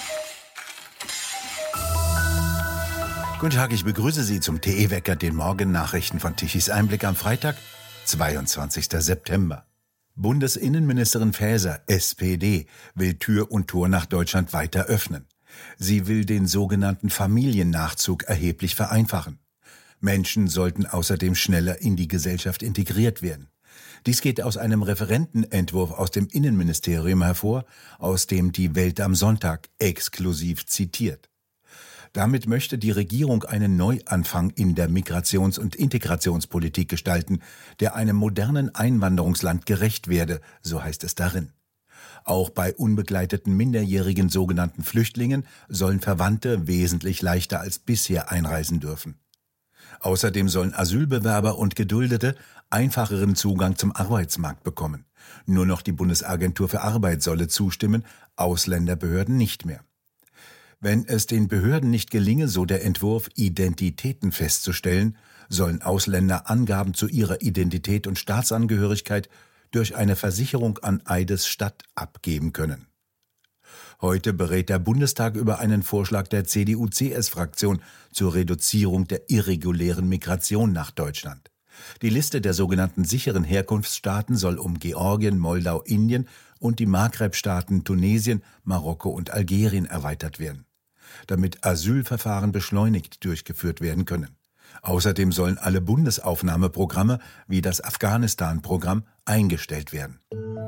Guten Tag, ich begrüße Sie zum TE-Wecker, den Morgennachrichten von Tichys Einblick am Freitag, 22. September. Bundesinnenministerin Faeser, SPD, will Tür und Tor nach Deutschland weiter öffnen. Sie will den sogenannten Familiennachzug erheblich vereinfachen. Menschen sollten außerdem schneller in die Gesellschaft integriert werden. Dies geht aus einem Referentenentwurf aus dem Innenministerium hervor, aus dem die Welt am Sonntag exklusiv zitiert. Damit möchte die Regierung einen Neuanfang in der Migrations- und Integrationspolitik gestalten, der einem modernen Einwanderungsland gerecht werde, so heißt es darin. Auch bei unbegleiteten minderjährigen sogenannten Flüchtlingen sollen Verwandte wesentlich leichter als bisher einreisen dürfen. Außerdem sollen Asylbewerber und Geduldete einfacheren Zugang zum Arbeitsmarkt bekommen. Nur noch die Bundesagentur für Arbeit solle zustimmen, Ausländerbehörden nicht mehr. Wenn es den Behörden nicht gelinge, so der Entwurf, Identitäten festzustellen, sollen Ausländer Angaben zu ihrer Identität und Staatsangehörigkeit durch eine Versicherung an Eidesstatt abgeben können. Heute berät der Bundestag über einen Vorschlag der CDU-CS-Fraktion zur Reduzierung der irregulären Migration nach Deutschland. Die Liste der sogenannten sicheren Herkunftsstaaten soll um Georgien, Moldau, Indien und die Maghreb-Staaten Tunesien, Marokko und Algerien erweitert werden, damit Asylverfahren beschleunigt durchgeführt werden können. Außerdem sollen alle Bundesaufnahmeprogramme wie das Afghanistan-Programm eingestellt werden.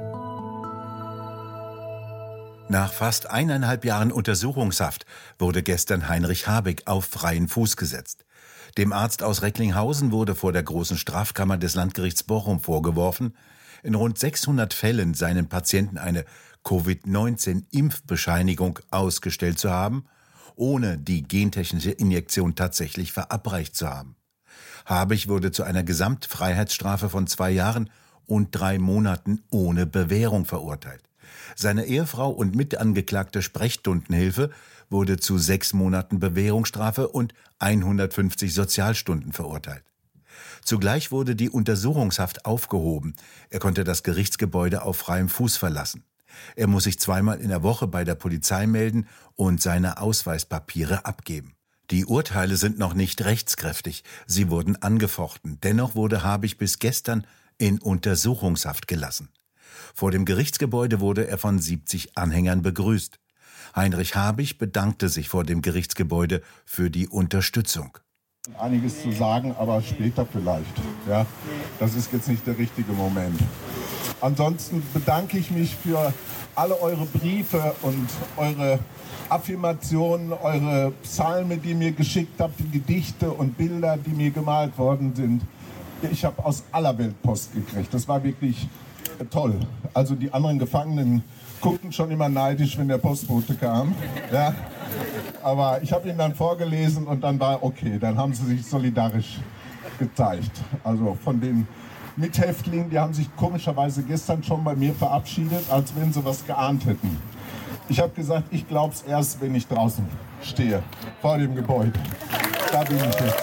Nach fast 1,5 Jahren Untersuchungshaft wurde gestern Heinrich Habig auf freien Fuß gesetzt. Dem Arzt aus Recklinghausen wurde vor der Großen Strafkammer des Landgerichts Bochum vorgeworfen, in rund 600 Fällen seinen Patienten eine Covid-19-Impfbescheinigung ausgestellt zu haben, ohne die gentechnische Injektion tatsächlich verabreicht zu haben. Habig wurde zu einer Gesamtfreiheitsstrafe von 2 Jahren und 3 Monaten ohne Bewährung verurteilt. Seine Ehefrau und Mitangeklagte Sprechstundenhilfe wurde zu 6 Monaten Bewährungsstrafe und 150 Sozialstunden verurteilt. Zugleich wurde die Untersuchungshaft aufgehoben. Er konnte das Gerichtsgebäude auf freiem Fuß verlassen. Er muss sich 2-mal in der Woche bei der Polizei melden und seine Ausweispapiere abgeben. Die Urteile sind noch nicht rechtskräftig. Sie wurden angefochten. Dennoch wurde Habig bis gestern in Untersuchungshaft gelassen. Vor dem Gerichtsgebäude wurde er von 70 Anhängern begrüßt. Heinrich Habig bedankte sich vor dem Gerichtsgebäude für die Unterstützung. Einiges zu sagen, aber später vielleicht. Ja, das ist jetzt nicht der richtige Moment. Ansonsten bedanke ich mich für alle eure Briefe und eure Affirmationen, eure Psalme, die ihr mir geschickt habt, die Gedichte und Bilder, die mir gemalt worden sind. Ich habe aus aller Welt Post gekriegt. Das war wirklich toll. Also die anderen Gefangenen guckten schon immer neidisch, wenn der Postbote kam. Ja. Aber ich habe ihnen dann vorgelesen und dann war okay. Dann haben sie sich solidarisch gezeigt. Also von den Mithäftlingen, die haben sich komischerweise gestern schon bei mir verabschiedet, als wenn sie was geahnt hätten. Ich habe gesagt, ich glaube es erst, wenn ich draußen stehe, vor dem Gebäude. Da bin ich jetzt.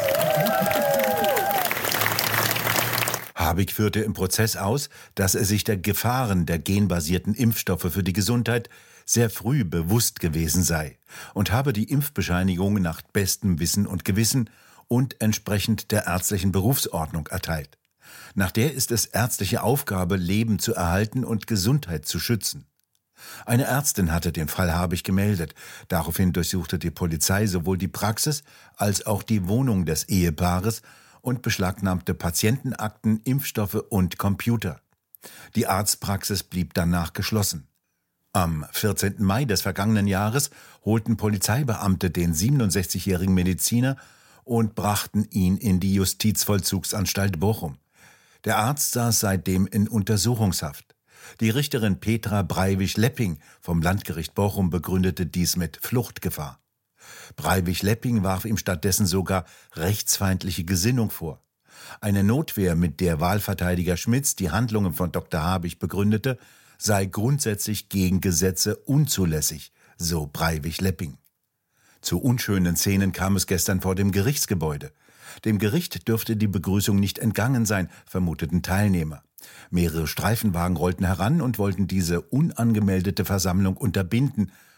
Habig führte im Prozess aus, dass er sich der Gefahren der genbasierten Impfstoffe für die Gesundheit sehr früh bewusst gewesen sei und habe die Impfbescheinigung nach bestem Wissen und Gewissen und entsprechend der ärztlichen Berufsordnung erteilt. Nach der ist es ärztliche Aufgabe, Leben zu erhalten und Gesundheit zu schützen. Eine Ärztin hatte den Fall Habig gemeldet. Daraufhin durchsuchte die Polizei sowohl die Praxis als auch die Wohnung des Ehepaares und beschlagnahmte Patientenakten, Impfstoffe und Computer. Die Arztpraxis blieb danach geschlossen. Am 14. Mai des vergangenen Jahres holten Polizeibeamte den 67-jährigen Mediziner und brachten ihn in die Justizvollzugsanstalt Bochum. Der Arzt saß seitdem in Untersuchungshaft. Die Richterin Petra Breiwig-Lepping vom Landgericht Bochum begründete dies mit Fluchtgefahr. Breiwig-Lepping warf ihm stattdessen sogar rechtsfeindliche Gesinnung vor. Eine Notwehr, mit der Wahlverteidiger Schmitz die Handlungen von Dr. Habig begründete, sei grundsätzlich gegen Gesetze unzulässig, so Breiwig-Lepping. Zu unschönen Szenen kam es gestern vor dem Gerichtsgebäude. Dem Gericht dürfte die Begrüßung nicht entgangen sein, vermuteten Teilnehmer. Mehrere Streifenwagen rollten heran und wollten diese unangemeldete Versammlung unterbinden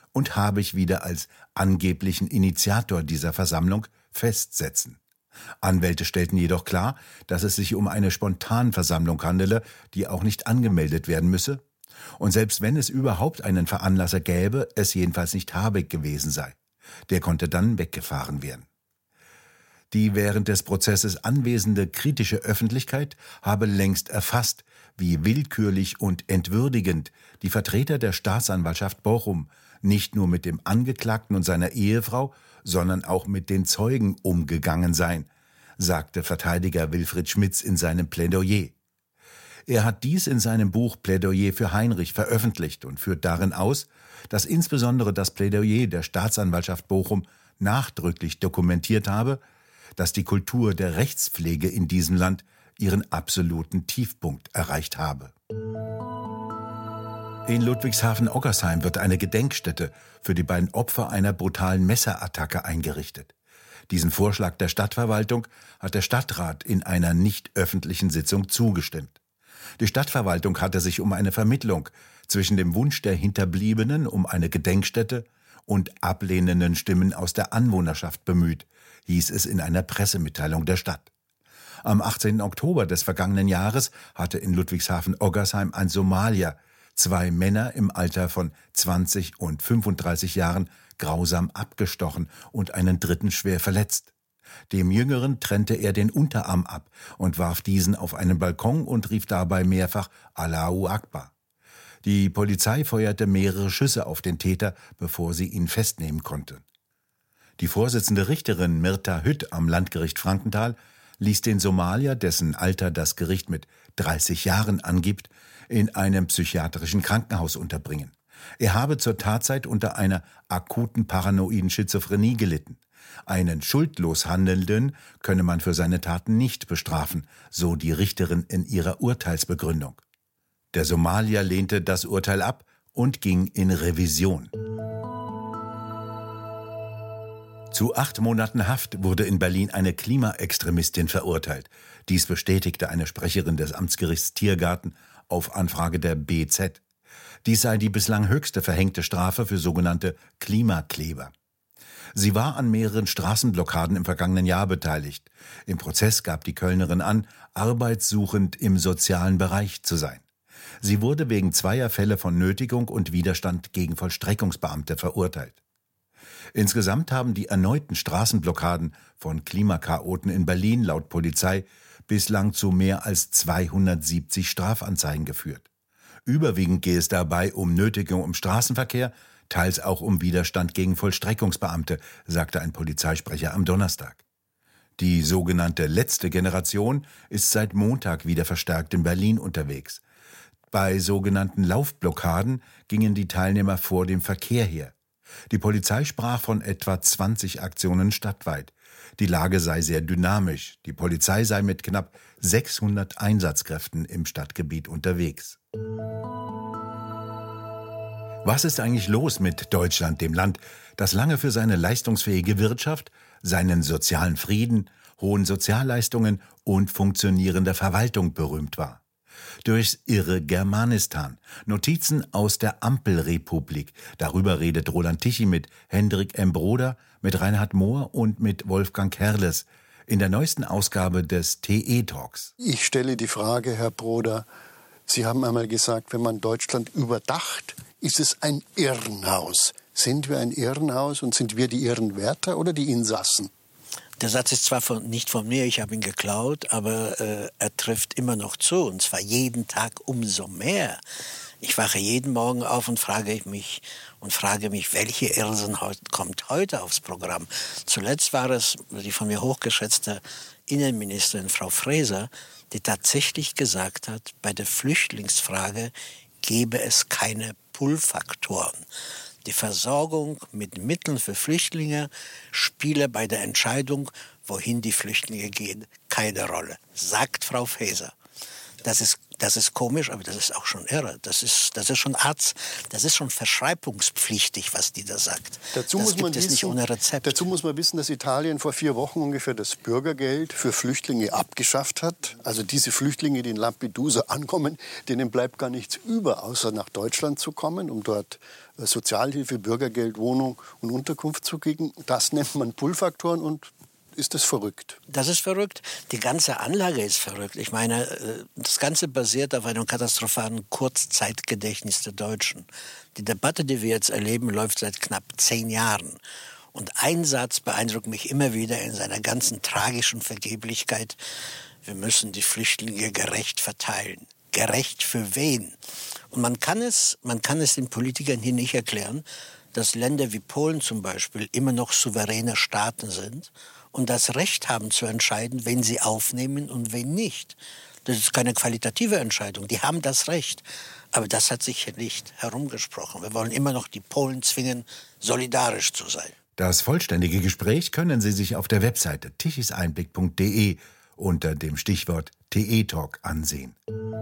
und Habich wieder als angeblichen Initiator dieser Versammlung festsetzen. Anwälte stellten jedoch klar, dass es sich um eine Spontanversammlung handele, die auch nicht angemeldet werden müsse. Und selbst wenn es überhaupt einen Veranlasser gäbe, es jedenfalls nicht Habeck gewesen sei. Der konnte dann weggefahren werden. Die während des Prozesses anwesende kritische Öffentlichkeit habe längst erfasst, wie willkürlich und entwürdigend die Vertreter der Staatsanwaltschaft Bochum nicht nur mit dem Angeklagten und seiner Ehefrau, sondern auch mit den Zeugen umgegangen seien, sagte Verteidiger Wilfried Schmitz in seinem Plädoyer. Er hat dies in seinem Buch Plädoyer für Heinrich veröffentlicht und führt darin aus, dass insbesondere das Plädoyer der Staatsanwaltschaft Bochum nachdrücklich dokumentiert habe, dass die Kultur der Rechtspflege in diesem Land ihren absoluten Tiefpunkt erreicht habe. In Ludwigshafen-Oggersheim wird eine Gedenkstätte für die beiden Opfer einer brutalen Messerattacke eingerichtet. Diesen Vorschlag der Stadtverwaltung hat der Stadtrat in einer nicht öffentlichen Sitzung zugestimmt. Die Stadtverwaltung hatte sich um eine Vermittlung zwischen dem Wunsch der Hinterbliebenen um eine Gedenkstätte und ablehnenden Stimmen aus der Anwohnerschaft bemüht, hieß es in einer Pressemitteilung der Stadt. Am 18. Oktober des vergangenen Jahres hatte in Ludwigshafen-Oggersheim ein Somalier 2 Männer im Alter von 20 und 35 Jahren grausam abgestochen und einen dritten schwer verletzt. Dem Jüngeren trennte er den Unterarm ab und warf diesen auf einen Balkon und rief dabei mehrfach Allahu Akbar. Die Polizei feuerte mehrere Schüsse auf den Täter, bevor sie ihn festnehmen konnte. Die Vorsitzende Richterin Mirta Hütt am Landgericht Frankenthal ließ den Somalier, dessen Alter das Gericht mit 30 Jahren angibt, in einem psychiatrischen Krankenhaus unterbringen. Er habe zur Tatzeit unter einer akuten paranoiden Schizophrenie gelitten. Einen schuldlos Handelnden könne man für seine Taten nicht bestrafen, so die Richterin in ihrer Urteilsbegründung. Der Somalier lehnte das Urteil ab und ging in Revision. Zu 8 Monaten Haft wurde in Berlin eine Klimaextremistin verurteilt. Dies bestätigte eine Sprecherin des Amtsgerichts Tiergarten auf Anfrage der BZ. Dies sei die bislang höchste verhängte Strafe für sogenannte Klimakleber. Sie war an mehreren Straßenblockaden im vergangenen Jahr beteiligt. Im Prozess gab die Kölnerin an, arbeitssuchend im sozialen Bereich zu sein. Sie wurde wegen 2 Fälle von Nötigung und Widerstand gegen Vollstreckungsbeamte verurteilt. Insgesamt haben die erneuten Straßenblockaden von Klimakaoten in Berlin laut Polizei bislang zu mehr als 270 Strafanzeigen geführt. Überwiegend gehe es dabei um Nötigung im Straßenverkehr, teils auch um Widerstand gegen Vollstreckungsbeamte, sagte ein Polizeisprecher am Donnerstag. Die sogenannte letzte Generation ist seit Montag wieder verstärkt in Berlin unterwegs. Bei sogenannten Laufblockaden gingen die Teilnehmer vor dem Verkehr her. Die Polizei sprach von etwa 20 Aktionen stadtweit. Die Lage sei sehr dynamisch. Die Polizei sei mit knapp 600 Einsatzkräften im Stadtgebiet unterwegs. Was ist eigentlich los mit Deutschland, dem Land, das lange für seine leistungsfähige Wirtschaft, seinen sozialen Frieden, hohen Sozialleistungen und funktionierende Verwaltung berühmt war? Durchs irre Germanistan. Notizen aus der Ampelrepublik. Darüber redet Roland Tichy mit Hendrik M. Broder, mit Reinhard Mohr und mit Wolfgang Kerles in der neuesten Ausgabe des TE-Talks. Ich stelle die Frage, Herr Broder, Sie haben einmal gesagt, wenn man Deutschland überdacht, ist es ein Irrenhaus. Sind wir ein Irrenhaus und sind wir die Irrenwärter oder die Insassen? Der Satz ist zwar nicht von mir, ich habe ihn geklaut, aber er trifft immer noch zu, und zwar jeden Tag umso mehr. Ich wache jeden Morgen auf und frage mich, welche Irrsinn kommt heute aufs Programm. Zuletzt war es die von mir hochgeschätzte Innenministerin Frau Faeser, die tatsächlich gesagt hat, bei der Flüchtlingsfrage gebe es keine Pull-Faktoren. Die Versorgung mit Mitteln für Flüchtlinge spiele bei der Entscheidung, wohin die Flüchtlinge gehen, keine Rolle, sagt Frau Faeser. Das ist Das ist komisch, aber das ist auch schon irre. Das ist schon das ist schon verschreibungspflichtig, was die da sagt. Dazu muss man wissen, dass Italien vor 4 Wochen ungefähr das Bürgergeld für Flüchtlinge abgeschafft hat. Also diese Flüchtlinge, die in Lampedusa ankommen, denen bleibt gar nichts über, außer nach Deutschland zu kommen, um dort Sozialhilfe, Bürgergeld, Wohnung und Unterkunft zu kriegen. Das nennt man Pull-Faktoren und ist das verrückt? Das ist verrückt. Die ganze Anlage ist verrückt. Ich meine, das Ganze basiert auf einem katastrophalen Kurzzeitgedächtnis der Deutschen. Die Debatte, die wir jetzt erleben, läuft seit knapp 10 Jahren. Und ein Satz beeindruckt mich immer wieder in seiner ganzen tragischen Vergeblichkeit. Wir müssen die Flüchtlinge gerecht verteilen. Gerecht für wen? Und man kann es den Politikern hier nicht erklären, dass Länder wie Polen zum Beispiel immer noch souveräne Staaten sind und das Recht haben zu entscheiden, wen sie aufnehmen und wen nicht. Das ist keine qualitative Entscheidung. Die haben das Recht. Aber das hat sich hier nicht herumgesprochen. Wir wollen immer noch die Polen zwingen, solidarisch zu sein. Das vollständige Gespräch können Sie sich auf der Webseite tichiseinblick.de unter dem Stichwort TE-Talk ansehen.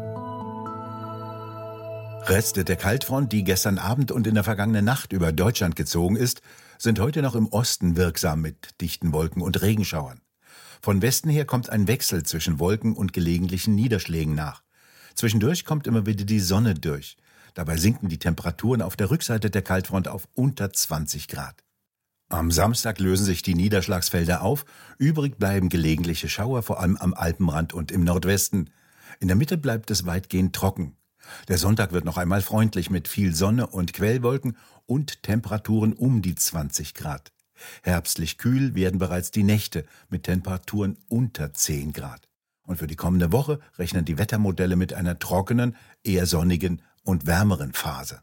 Reste der Kaltfront, die gestern Abend und in der vergangenen Nacht über Deutschland gezogen ist, sind heute noch im Osten wirksam mit dichten Wolken und Regenschauern. Von Westen her kommt ein Wechsel zwischen Wolken und gelegentlichen Niederschlägen nach. Zwischendurch kommt immer wieder die Sonne durch. Dabei sinken die Temperaturen auf der Rückseite der Kaltfront auf unter 20 Grad. Am Samstag lösen sich die Niederschlagsfelder auf, übrig bleiben gelegentliche Schauer, vor allem am Alpenrand und im Nordwesten. In der Mitte bleibt es weitgehend trocken. Der Sonntag wird noch einmal freundlich mit viel Sonne und Quellwolken und Temperaturen um die 20 Grad. Herbstlich kühl werden bereits die Nächte mit Temperaturen unter 10 Grad. Und für die kommende Woche rechnen die Wettermodelle mit einer trockenen, eher sonnigen und wärmeren Phase.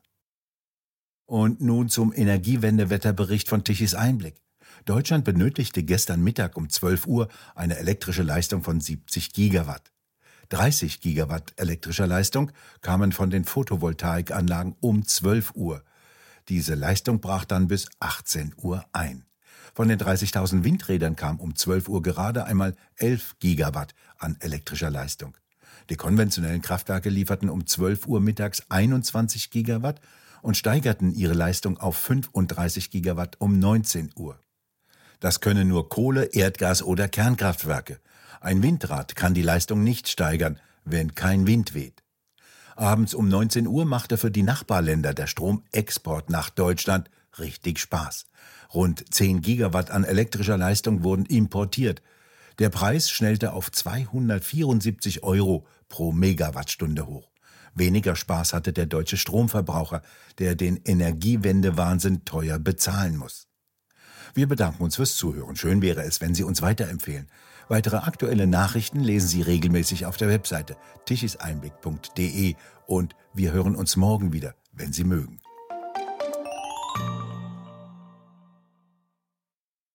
Und nun zum Energiewendewetterbericht von Tichys Einblick. Deutschland benötigte gestern Mittag um 12 Uhr eine elektrische Leistung von 70 Gigawatt. 30 Gigawatt elektrischer Leistung kamen von den Photovoltaikanlagen um 12 Uhr. Diese Leistung brach dann bis 18 Uhr ein. Von den 30.000 Windrädern kam um 12 Uhr gerade einmal 11 Gigawatt an elektrischer Leistung. Die konventionellen Kraftwerke lieferten um 12 Uhr mittags 21 Gigawatt und steigerten ihre Leistung auf 35 Gigawatt um 19 Uhr. Das können nur Kohle-, Erdgas- oder Kernkraftwerke. Ein Windrad kann die Leistung nicht steigern, wenn kein Wind weht. Abends um 19 Uhr machte für die Nachbarländer der Stromexport nach Deutschland richtig Spaß. Rund 10 Gigawatt an elektrischer Leistung wurden importiert. Der Preis schnellte auf 274 € pro Megawattstunde hoch. Weniger Spaß hatte der deutsche Stromverbraucher, der den Energiewendewahnsinn teuer bezahlen muss. Wir bedanken uns fürs Zuhören. Schön wäre es, wenn Sie uns weiterempfehlen. Weitere aktuelle Nachrichten lesen Sie regelmäßig auf der Webseite tichiseinblick.de und wir hören uns morgen wieder, wenn Sie mögen.